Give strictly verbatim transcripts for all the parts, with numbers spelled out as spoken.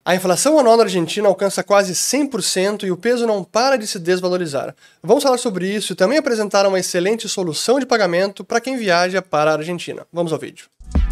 A inflação anual na Argentina alcança quase cem por cento e o peso não para de se desvalorizar. Vamos falar sobre isso e também apresentar uma excelente solução de pagamento para quem viaja para a Argentina. Vamos ao vídeo.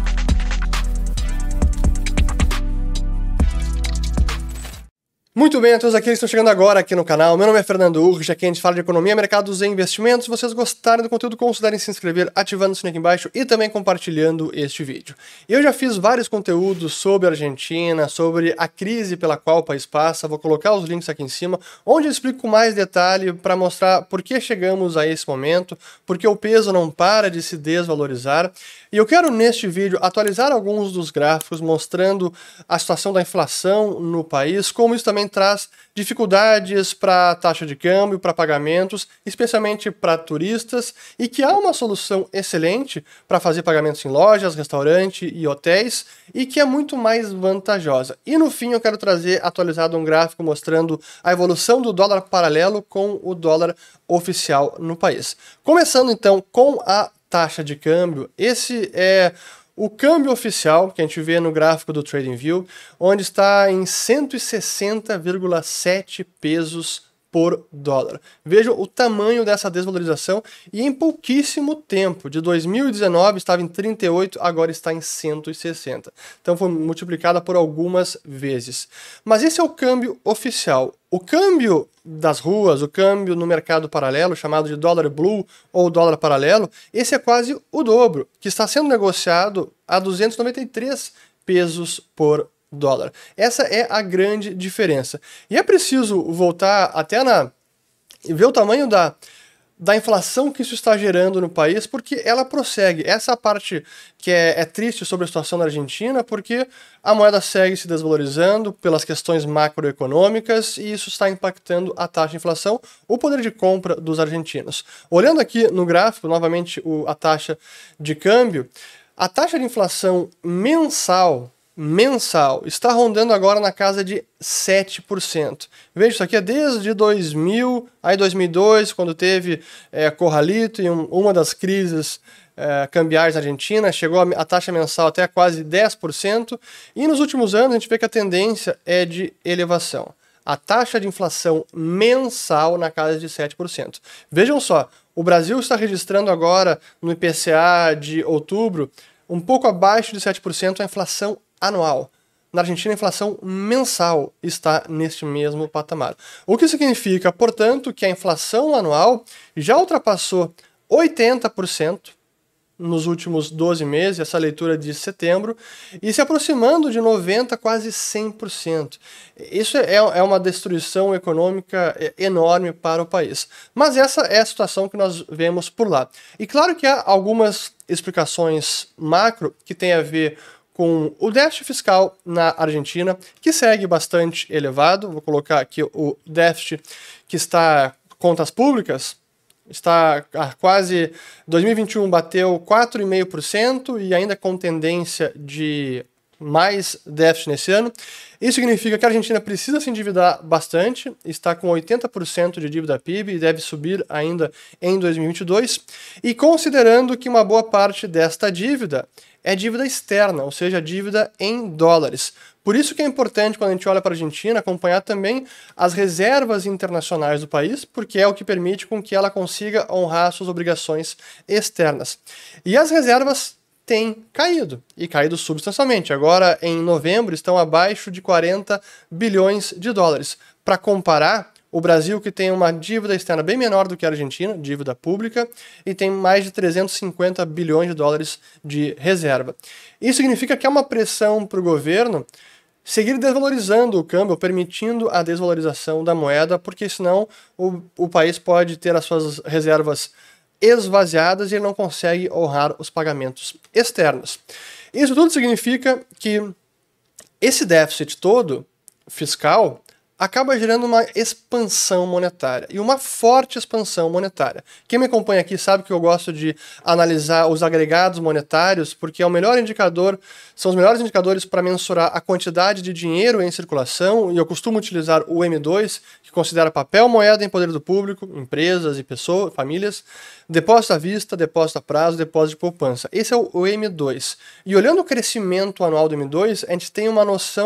Muito bem, a todos aqueles que estão chegando agora aqui no canal, meu nome é Fernando Urge, aqui a gente fala de economia, mercados e investimentos. Se vocês gostarem do conteúdo, considerem se inscrever, ativando o sininho aqui embaixo e também compartilhando este vídeo. Eu já fiz vários conteúdos sobre a Argentina, sobre a crise pela qual o país passa, vou colocar os links aqui em cima, onde eu explico com mais detalhe para mostrar por que chegamos a esse momento, porque o peso não para de se desvalorizar. E eu quero neste vídeo atualizar alguns dos gráficos mostrando a situação da inflação no país, como isso também traz dificuldades para a taxa de câmbio, para pagamentos, especialmente para turistas, e que há uma solução excelente para fazer pagamentos em lojas, restaurantes e hotéis, e que é muito mais vantajosa. E no fim eu quero trazer atualizado um gráfico mostrando a evolução do dólar paralelo com o dólar oficial no país. Começando então com a taxa de câmbio, esse é o câmbio oficial, que a gente vê no gráfico do TradingView, onde está em cento e sessenta vírgula sete pesos por dólar. Vejam o tamanho dessa desvalorização e em pouquíssimo tempo, de dois mil e dezenove estava em trinta e oito, agora está em cento e sessenta. Então foi multiplicada por algumas vezes. Mas esse é o câmbio oficial. O câmbio das ruas, o câmbio no mercado paralelo, chamado de dólar blue ou dólar paralelo, esse é quase o dobro, que está sendo negociado a duzentos e noventa e três pesos por dólar. Essa é a grande diferença. E é preciso voltar até na e ver o tamanho da da inflação que isso está gerando no país, porque ela prossegue. Essa é a parte que é, é triste sobre a situação na Argentina, porque a moeda segue se desvalorizando pelas questões macroeconômicas e isso está impactando a taxa de inflação, o poder de compra dos argentinos. Olhando aqui no gráfico, novamente o, a taxa de câmbio, a taxa de inflação mensal mensal está rondando agora na casa de sete por cento. Veja, isso aqui é desde dois mil, aí dois mil e dois, quando teve é, Corralito e um, uma das crises é, cambiais na Argentina, chegou a, a taxa mensal até quase dez por cento, e nos últimos anos a gente vê que a tendência é de elevação. A taxa de inflação mensal na casa de sete por cento. Vejam só, o Brasil está registrando agora no I P C A de outubro um pouco abaixo de sete por cento a inflação anual. Na Argentina, a inflação mensal está neste mesmo patamar. O que significa, portanto, que a inflação anual já ultrapassou oitenta por cento nos últimos doze meses, essa leitura de setembro, e se aproximando de noventa por cento, quase cem por cento. Isso é, é uma destruição econômica enorme para o país. Mas essa é a situação que nós vemos por lá. E claro que há algumas explicações macro que têm a ver com o déficit fiscal na Argentina, que segue bastante elevado. Vou colocar aqui o déficit que está contas públicas, está a quase dois mil e vinte e um bateu quatro vírgula cinco por cento e ainda com tendência de mais déficit nesse ano. Isso significa que a Argentina precisa se endividar bastante, está com oitenta por cento de dívida P I B e deve subir ainda em dois mil e vinte e dois, e considerando que uma boa parte desta dívida é dívida externa, ou seja, dívida em dólares. Por isso que é importante, quando a gente olha para a Argentina, acompanhar também as reservas internacionais do país, porque é o que permite com que ela consiga honrar suas obrigações externas. E as reservas têm caído, e caído substancialmente. Agora, em novembro, estão abaixo de quarenta bilhões de dólares. Para comparar, o Brasil, que tem uma dívida externa bem menor do que a Argentina, dívida pública, e tem mais de trezentos e cinquenta bilhões de dólares de reserva. Isso significa que há uma pressão para o governo seguir desvalorizando o câmbio, permitindo a desvalorização da moeda, porque senão o, o país pode ter as suas reservas esvaziadas e ele não consegue honrar os pagamentos externos. Isso tudo significa que esse déficit todo fiscal acaba gerando uma expansão monetária, e uma forte expansão monetária. Quem me acompanha aqui sabe que eu gosto de analisar os agregados monetários, porque é o melhor indicador, são os melhores indicadores para mensurar a quantidade de dinheiro em circulação, e eu costumo utilizar o M dois, que considera papel, moeda em poder do público, empresas e pessoas, famílias, depósito à vista, depósito a prazo, depósito de poupança. Esse é o M dois. E olhando o crescimento anual do M dois, a gente tem uma noção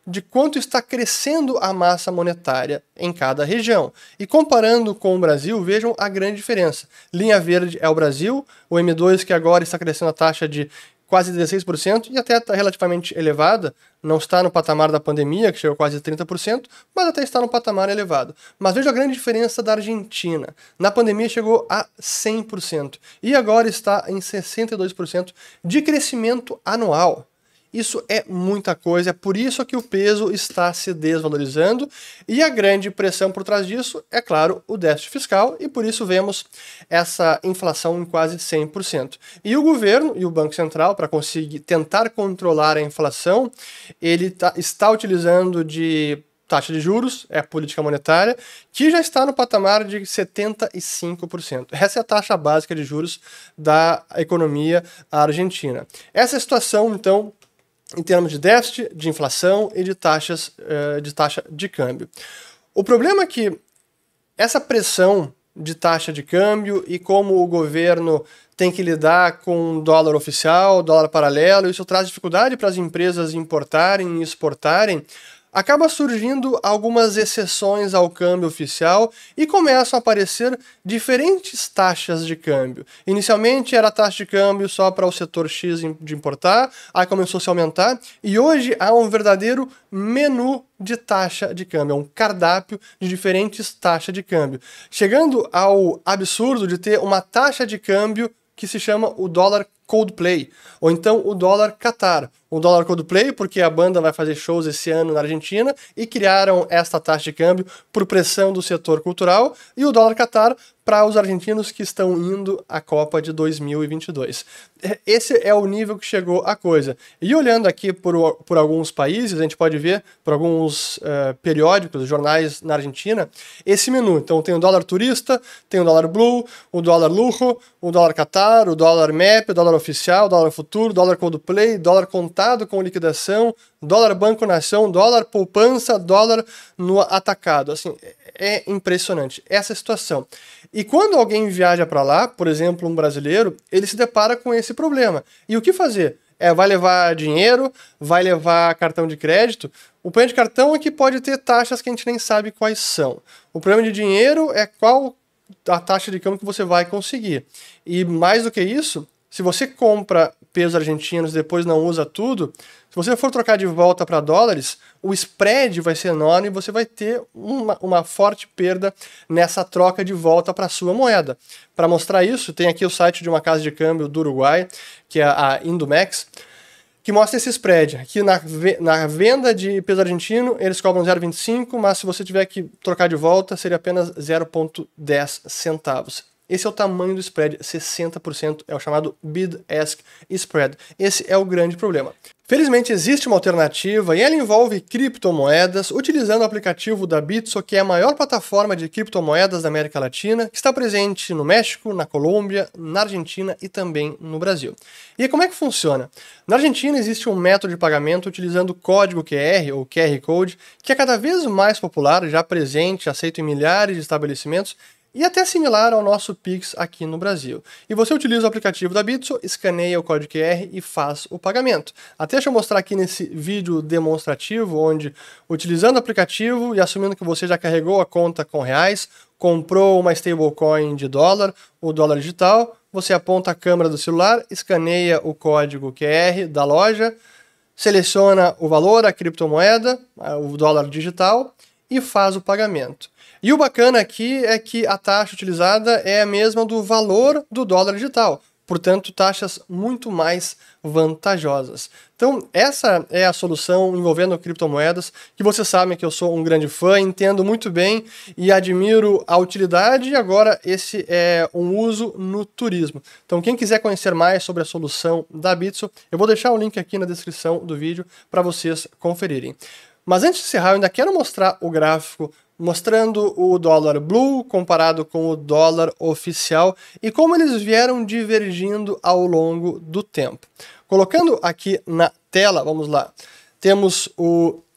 de quanto está crescendo a massa monetária em cada região. E comparando com o Brasil, vejam a grande diferença. Linha verde é o Brasil, o M dois que agora está crescendo a taxa de quase dezesseis por cento e até está relativamente elevada, não está no patamar da pandemia, que chegou a quase trinta por cento, mas até está no patamar elevado. Mas veja a grande diferença da Argentina. Na pandemia chegou a cem por cento e agora está em sessenta e dois por cento de crescimento anual. Isso é muita coisa, é por isso que o peso está se desvalorizando e a grande pressão por trás disso é, claro, o déficit fiscal e por isso vemos essa inflação em quase cem por cento. E o governo e o Banco Central, para conseguir tentar controlar a inflação, ele tá, está utilizando de taxa de juros, é a política monetária, que já está no patamar de setenta e cinco por cento. Essa é a taxa básica de juros da economia argentina. Essa situação, então, em termos de déficit, de inflação e de taxas uh, de taxa de câmbio. O problema é que essa pressão de taxa de câmbio e como o governo tem que lidar com dólar oficial, dólar paralelo, isso traz dificuldade para as empresas importarem e exportarem, acaba surgindo algumas exceções ao câmbio oficial e começam a aparecer diferentes taxas de câmbio. Inicialmente era a taxa de câmbio só para o setor X de importar, aí começou a se aumentar e hoje há um verdadeiro menu de taxa de câmbio, um cardápio de diferentes taxas de câmbio, chegando ao absurdo de ter uma taxa de câmbio que se chama o dólar Coldplay, ou então o dólar Qatar. O dólar Coldplay, porque a banda vai fazer shows esse ano na Argentina e criaram esta taxa de câmbio por pressão do setor cultural, e o dólar Qatar para os argentinos que estão indo à Copa de dois mil e vinte e dois. Esse é o nível que chegou a coisa. E olhando aqui por, por alguns países, a gente pode ver por alguns uh, periódicos, jornais na Argentina, esse menu. Então tem o dólar turista, tem o dólar blue, o dólar luxo, o dólar Qatar, o dólar M E P, o dólar oficial, o dólar futuro, o dólar Coldplay, dólar contado com liquidação, dólar banco nação, dólar poupança, dólar no atacado. Assim, é impressionante essa situação. E quando alguém viaja para lá, por exemplo, um brasileiro, ele se depara com esse problema. E o que fazer? É, vai levar dinheiro, vai levar cartão de crédito. O problema de cartão é que pode ter taxas que a gente nem sabe quais são. O problema de dinheiro é qual a taxa de câmbio que você vai conseguir. E mais do que isso, se você compra pesos argentinos e depois não usa tudo, se você for trocar de volta para dólares, o spread vai ser enorme e você vai ter uma, uma forte perda nessa troca de volta para a sua moeda. Para mostrar isso, tem aqui o site de uma casa de câmbio do Uruguai, que é a Indomex, que mostra esse spread. Aqui na, na venda de peso argentino, eles cobram zero vírgula vinte e cinco, mas se você tiver que trocar de volta, seria apenas zero vírgula dez centavos. Esse é o tamanho do spread, sessenta por cento é o chamado bid-ask spread. Esse é o grande problema. Felizmente existe uma alternativa e ela envolve criptomoedas, utilizando o aplicativo da Bitso, que é a maior plataforma de criptomoedas da América Latina, que está presente no México, na Colômbia, na Argentina e também no Brasil. E como é que funciona? Na Argentina existe um método de pagamento utilizando o código Q R, ou Q R Code, que é cada vez mais popular, já presente, aceito em milhares de estabelecimentos, e até similar ao nosso Pix aqui no Brasil. E você utiliza o aplicativo da Bitso, escaneia o código Q R e faz o pagamento. Até deixa eu mostrar aqui nesse vídeo demonstrativo, onde, utilizando o aplicativo e assumindo que você já carregou a conta com reais, comprou uma stablecoin de dólar, o dólar digital, você aponta a câmera do celular, escaneia o código Q R da loja, seleciona o valor, a criptomoeda, o dólar digital, e faz o pagamento. E o bacana aqui é que a taxa utilizada é a mesma do valor do dólar digital, portanto, taxas muito mais vantajosas. Então, essa é a solução envolvendo criptomoedas, que vocês sabem que eu sou um grande fã, entendo muito bem e admiro a utilidade, e agora esse é um uso no turismo. Então, quem quiser conhecer mais sobre a solução da Bitso, eu vou deixar o link aqui na descrição do vídeo para vocês conferirem. Mas antes de encerrar, eu ainda quero mostrar o gráfico mostrando o dólar blue comparado com o dólar oficial e como eles vieram divergindo ao longo do tempo. Colocando aqui na tela, vamos lá, temos o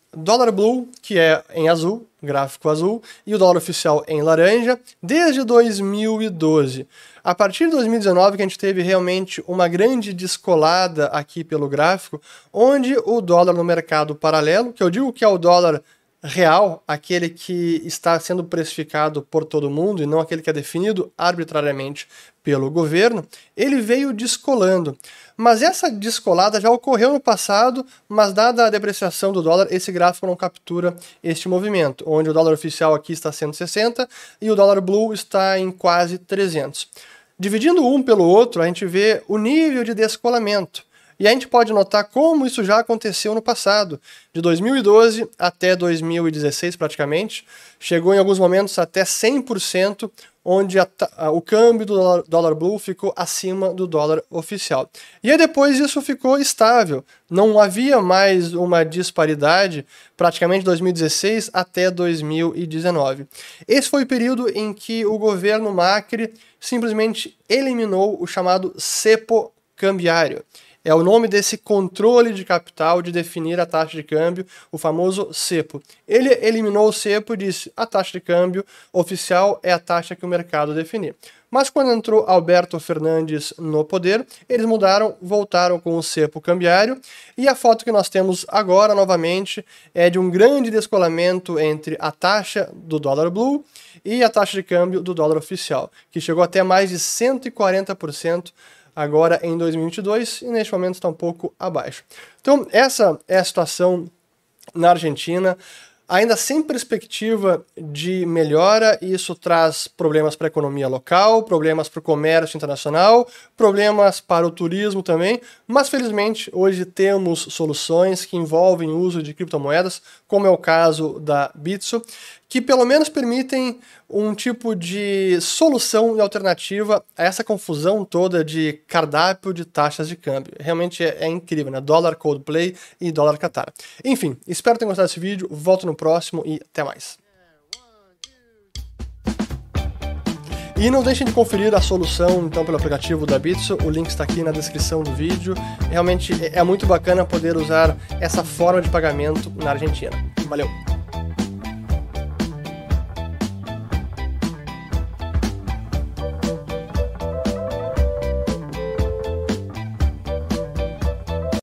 dólar blue, que é em azul, gráfico azul, e o dólar oficial em laranja, desde dois mil e doze. A partir de dois mil e dezenove que a gente teve realmente uma grande descolada aqui pelo gráfico, onde o dólar no mercado paralelo, que eu digo que é o dólar real, aquele que está sendo precificado por todo mundo e não aquele que é definido arbitrariamente pelo governo, ele veio descolando. Mas essa descolada já ocorreu no passado, mas dada a depreciação do dólar, esse gráfico não captura este movimento, onde o dólar oficial aqui está cento e sessenta e o dólar blue está em quase trezentos. Dividindo um pelo outro, a gente vê o nível de descolamento. E a gente pode notar como isso já aconteceu no passado, de dois mil e doze até dois mil e dezesseis praticamente, chegou em alguns momentos até cem por cento, onde a, a, o câmbio do dólar, dólar blue ficou acima do dólar oficial. E aí depois isso ficou estável, não havia mais uma disparidade praticamente de dois mil e dezesseis até dois mil e dezenove. Esse foi o período em que o governo Macri simplesmente eliminou o chamado cepo cambiário. É o nome desse controle de capital de definir a taxa de câmbio, o famoso cepo. Ele eliminou o cepo e disse: a taxa de câmbio oficial é a taxa que o mercado definir. Mas quando entrou Alberto Fernandes no poder, eles mudaram, voltaram com o cepo cambiário, e a foto que nós temos agora, novamente, é de um grande descolamento entre a taxa do dólar blue e a taxa de câmbio do dólar oficial, que chegou até mais de cento e quarenta por cento agora em dois mil e vinte e dois, e neste momento está um pouco abaixo. Então, essa é a situação na Argentina, ainda sem perspectiva de melhora, e isso traz problemas para a economia local, problemas para o comércio internacional, problemas para o turismo também, mas felizmente hoje temos soluções que envolvem o uso de criptomoedas, como é o caso da Bitso, que pelo menos permitem um tipo de solução e alternativa a essa confusão toda de cardápio de taxas de câmbio. Realmente é, é incrível, né? Dólar Coldplay e dólar Qatar. Enfim, espero ter gostado desse vídeo, volto no próximo e até mais. E não deixem de conferir a solução então pelo aplicativo da Bitso, o link está aqui na descrição do vídeo. Realmente é muito bacana poder usar essa forma de pagamento na Argentina. Valeu!